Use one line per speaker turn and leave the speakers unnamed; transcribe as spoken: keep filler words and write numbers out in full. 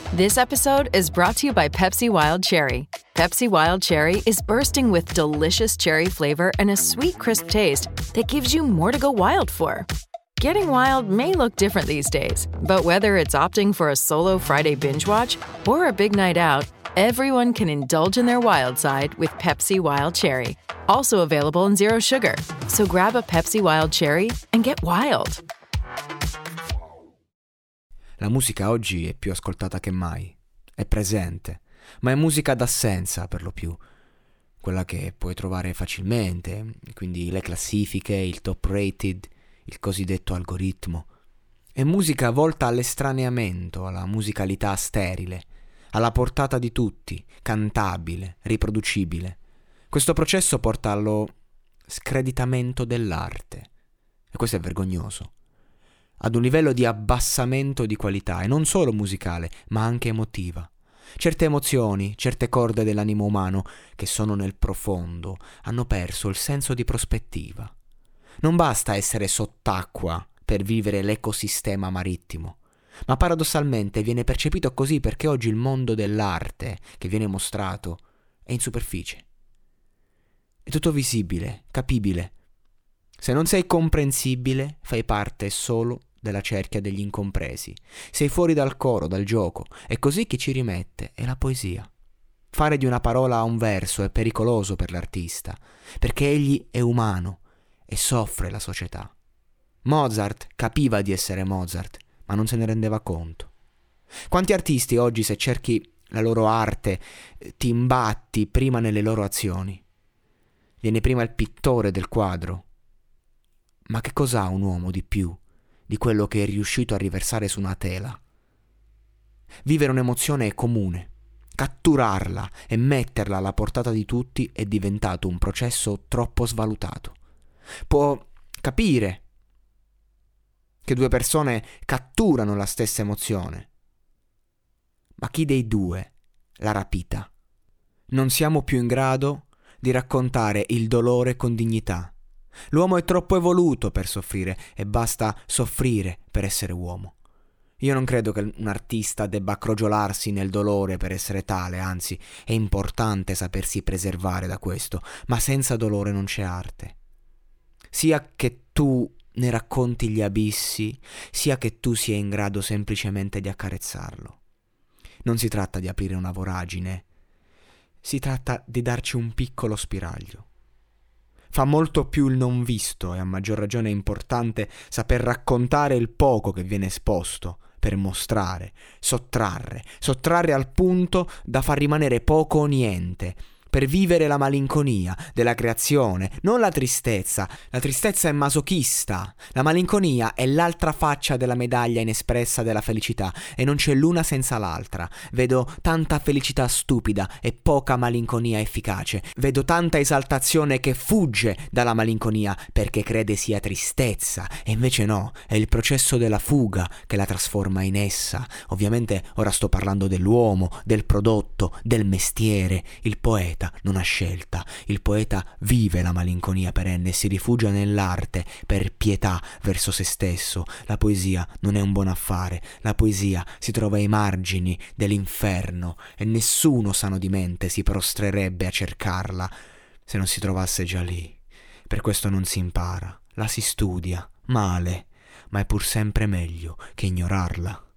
This episode is brought to you by Pepsi Wild Cherry. Pepsi Wild Cherry is bursting with delicious cherry flavor and a sweet, crisp taste that gives you more to go wild for. Getting wild may look different these days, but whether it's opting for a solo Friday binge watch or a big night out, everyone can indulge in their wild side with Pepsi Wild Cherry. Also available in Zero Sugar. So grab a Pepsi Wild Cherry and get wild.
La musica oggi è più ascoltata che mai, è presente, ma è musica d'assenza per lo più, quella che puoi trovare facilmente, quindi le classifiche, il top rated, il cosiddetto algoritmo. È musica volta all'estraneamento, alla musicalità sterile, alla portata di tutti, cantabile, riproducibile. Questo processo porta allo screditamento dell'arte, e questo è vergognoso. Ad un livello di abbassamento di qualità, e non solo musicale, ma anche emotiva. Certe emozioni, certe corde dell'animo umano, che sono nel profondo, hanno perso il senso di prospettiva. Non basta essere sott'acqua per vivere l'ecosistema marittimo, ma paradossalmente viene percepito così perché oggi il mondo dell'arte che viene mostrato è in superficie. È tutto visibile, capibile. Se non sei comprensibile, fai parte solo della cerchia degli incompresi. Sei fuori dal coro, dal gioco. E così chi ci rimette è la poesia. Fare di una parola un verso è pericoloso per l'artista, perché egli è umano e soffre la società. Mozart capiva di essere Mozart, ma non se ne rendeva conto. Quanti artisti oggi, se cerchi la loro arte, ti imbatti prima nelle loro azioni? Viene prima il pittore del quadro. Ma che cos'ha un uomo di più di quello che è riuscito a riversare su una tela? Vivere un'emozione è comune. Catturarla e metterla alla portata di tutti è diventato un processo troppo svalutato. Può capire che due persone catturano la stessa emozione, ma chi dei due l'ha rapita? Non siamo più in grado di raccontare il dolore con dignità. L'uomo è troppo evoluto per soffrire e basta soffrire per essere uomo. Io non credo che un artista debba crogiolarsi nel dolore per essere tale, anzi è importante sapersi preservare da questo, ma senza dolore non c'è arte. Sia che tu ne racconti gli abissi, sia che tu sia in grado semplicemente di accarezzarlo. Non si tratta di aprire una voragine, si tratta di darci un piccolo spiraglio. Fa molto più il non visto e a maggior ragione è importante saper raccontare il poco che viene esposto per mostrare, sottrarre, sottrarre al punto da far rimanere poco o niente, per vivere la malinconia della creazione, non la tristezza. La tristezza è masochista, la malinconia è l'altra faccia della medaglia inespressa della felicità e non c'è l'una senza l'altra. Vedo tanta felicità stupida e poca malinconia efficace. Vedo tanta esaltazione che fugge dalla malinconia perché crede sia tristezza e invece no, è il processo della fuga che la trasforma in essa. Ovviamente ora sto parlando dell'uomo, del prodotto, del mestiere. Il poeta non ha scelta, il poeta vive la malinconia perenne e si rifugia nell'arte per pietà verso se stesso. La poesia non è un buon affare, la poesia si trova ai margini dell'inferno e nessuno sano di mente si prostrerebbe a cercarla se non si trovasse già lì. Per questo non si impara, la si studia, male, ma è pur sempre meglio che ignorarla.